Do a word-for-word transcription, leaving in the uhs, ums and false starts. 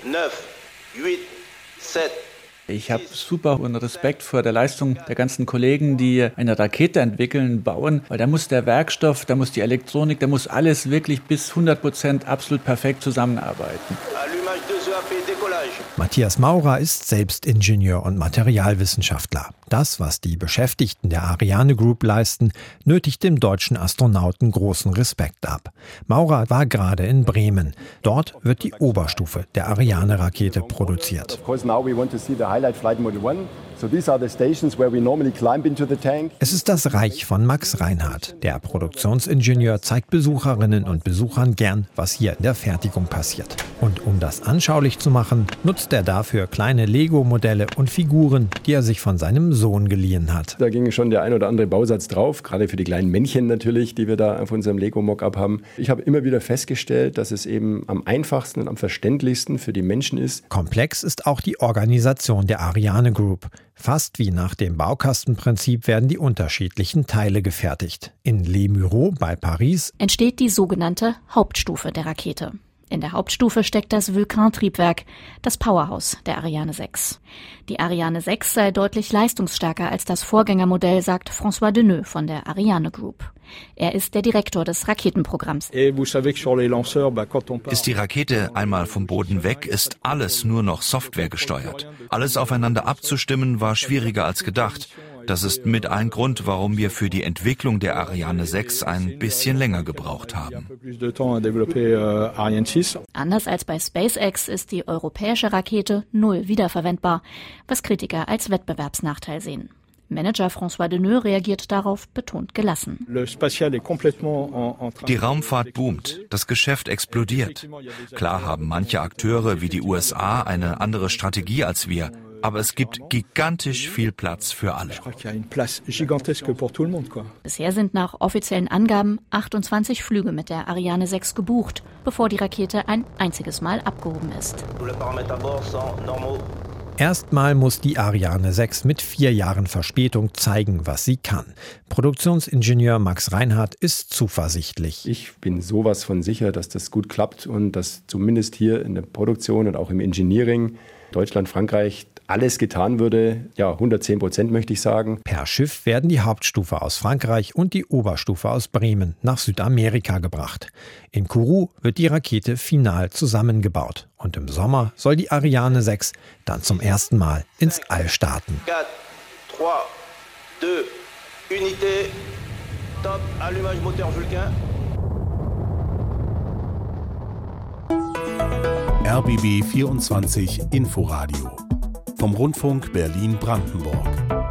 neun, huit, sept. Ich habe super hohen Respekt vor der Leistung der ganzen Kollegen, die eine Rakete entwickeln, bauen, weil da muss der Werkstoff, da muss die Elektronik, da muss alles wirklich bis hundert Prozent absolut perfekt zusammenarbeiten. Matthias Maurer ist selbst Ingenieur und Materialwissenschaftler. Das, was die Beschäftigten der Ariane Group leisten, nötigt dem deutschen Astronauten großen Respekt ab. Maurer war gerade in Bremen. Dort wird die Oberstufe der Ariane-Rakete produziert. Es ist das Reich von Max Reinhardt. Der Produktionsingenieur zeigt Besucherinnen und Besuchern gern, was hier in der Fertigung passiert. Und um das anschaulich zu machen, nutzt er dafür kleine Lego-Modelle und Figuren, die er sich von seinem Sohn geliehen hat. Da ging schon der ein oder andere Bausatz drauf, gerade für die kleinen Männchen natürlich, die wir da auf unserem Lego-Mockup haben. Ich habe immer wieder festgestellt, dass es eben am einfachsten und am verständlichsten für die Menschen ist. Komplex ist auch die Organisation der Ariane Group. Fast wie nach dem Baukastenprinzip werden die unterschiedlichen Teile gefertigt. In Les Mureaux bei Paris entsteht die sogenannte Hauptstufe der Rakete. In der Hauptstufe steckt das Vulcain-Triebwerk, das Powerhouse der Ariane sechs. Die Ariane sechs sei deutlich leistungsstärker als das Vorgängermodell, sagt François Deneux von der Ariane Group. Er ist der Direktor des Raketenprogramms. Ist die Rakete einmal vom Boden weg, ist alles nur noch Software gesteuert. Alles aufeinander abzustimmen war schwieriger als gedacht. Das ist mit ein Grund, warum wir für die Entwicklung der Ariane sechs ein bisschen länger gebraucht haben. Anders als bei SpaceX ist die europäische Rakete null wiederverwendbar, was Kritiker als Wettbewerbsnachteil sehen. Manager François Deneux reagiert darauf betont gelassen. Die Raumfahrt boomt, das Geschäft explodiert. Klar haben manche Akteure wie die U S A eine andere Strategie als wir, aber es gibt gigantisch viel Platz für alle. Bisher sind nach offiziellen Angaben achtundzwanzig Flüge mit der Ariane sechs gebucht, bevor die Rakete ein einziges Mal abgehoben ist. Erstmal muss die Ariane sechs mit vier Jahren Verspätung zeigen, was sie kann. Produktionsingenieur Max Reinhardt ist zuversichtlich. Ich bin sowas von sicher, dass das gut klappt und dass zumindest hier in der Produktion und auch im Engineering Deutschland, Frankreich alles getan würde. Ja, hundertzehn Prozent möchte ich sagen. Per Schiff werden die Hauptstufe aus Frankreich und die Oberstufe aus Bremen nach Südamerika gebracht. In Kourou wird die Rakete final zusammengebaut. Und im Sommer soll die Ariane sechs dann zum ersten Mal ins All starten. vier, drei, zwei, Unité, top, allumage moteur Vulcain. R B B vierundzwanzig Inforadio vom Rundfunk Berlin-Brandenburg.